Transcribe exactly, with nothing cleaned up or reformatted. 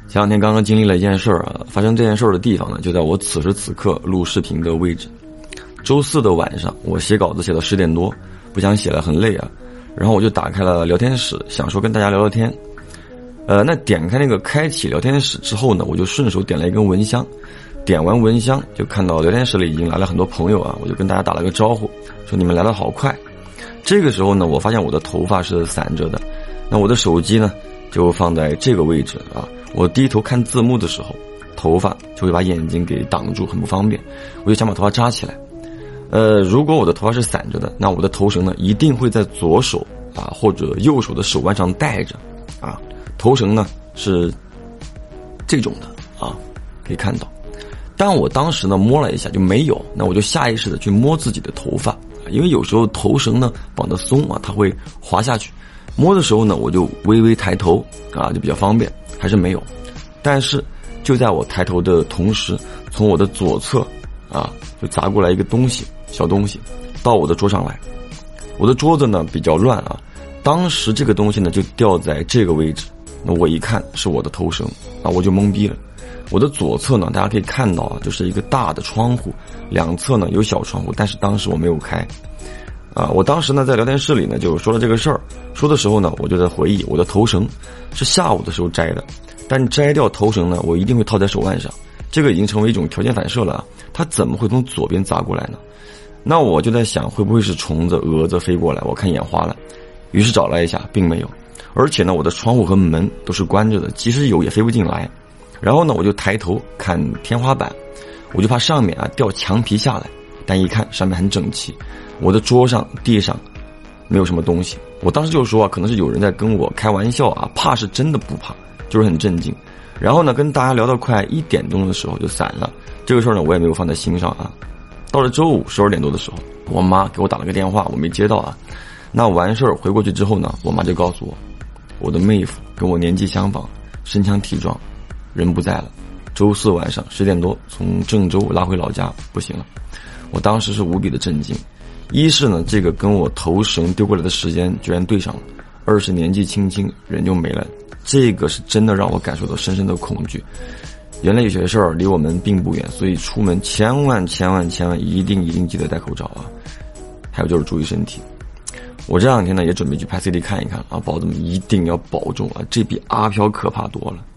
前两天刚刚经历了一件事儿啊，发生这件事儿的地方呢，就在我此时此刻录视频的位置。周四的晚上，我写稿子写到十点多，不想写了，很累啊。然后我就打开了聊天室，想说跟大家聊聊天。呃，那点开那个开启聊天室之后呢，我就顺手点了一根蚊香。点完蚊香，就看到聊天室里已经来了很多朋友啊，我就跟大家打了个招呼，说你们来得好快。这个时候呢，我发现我的头发是散着的，那我的手机呢就放在这个位置啊。我低头看字幕的时候，头发就会把眼睛给挡住，很不方便。我就想把头发扎起来。呃，如果我的头发是散着的，那我的头绳呢一定会在左手啊或者右手的手腕上戴着啊。头绳呢是这种的啊，可以看到。但我当时呢摸了一下就没有，那我就下意识的去摸自己的头发，因为有时候头绳呢绑得松啊，它会滑下去。摸的时候呢，我就微微抬头啊，就比较方便，还是没有。但是就在我抬头的同时，从我的左侧啊就砸过来一个东西，小东西到我的桌上来。我的桌子呢比较乱啊，当时这个东西呢就掉在这个位置。那我一看是我的头绳啊，我就懵逼了。我的左侧呢，大家可以看到啊，就是一个大的窗户，两侧呢有小窗户，但是当时我没有开。啊，我当时呢在聊天室里呢就说了这个事儿，说的时候呢我就在回忆我的头绳是下午的时候摘的，但摘掉头绳呢我一定会套在手腕上，这个已经成为一种条件反射了啊，它怎么会从左边砸过来呢？那我就在想会不会是虫子蛾子飞过来，我看眼花了，于是找了一下，并没有。而且呢我的窗户和门都是关着的，即使有也飞不进来。然后呢我就抬头看天花板，我就怕上面啊掉墙皮下来，但一看上面很整齐，我的桌上地上没有什么东西。我当时就说啊，可能是有人在跟我开玩笑啊，怕是真的不怕，就是很震惊。然后呢跟大家聊到快一点钟的时候就散了，这个事儿呢我也没有放在心上啊。到了周五十二点多的时候，我妈给我打了个电话，我没接到啊。那完事儿回过去之后呢，我妈就告诉我，我的妹夫跟我年纪相仿，身强体壮，人不在了。周四晚上十点多从郑州拉回老家，不行了。我当时是无比的震惊，一是呢这个跟我头绳丢过来的时间居然对上了，二是年纪轻轻人就没了，这个是真的让我感受到深深的恐惧。原来有些事儿离我们并不远，所以出门千万千万千万一定一定记得戴口罩啊，还有就是注意身体。我这两天呢也准备去拍 C D 看一看啊，宝子们一定要保重啊，这比阿飘可怕多了。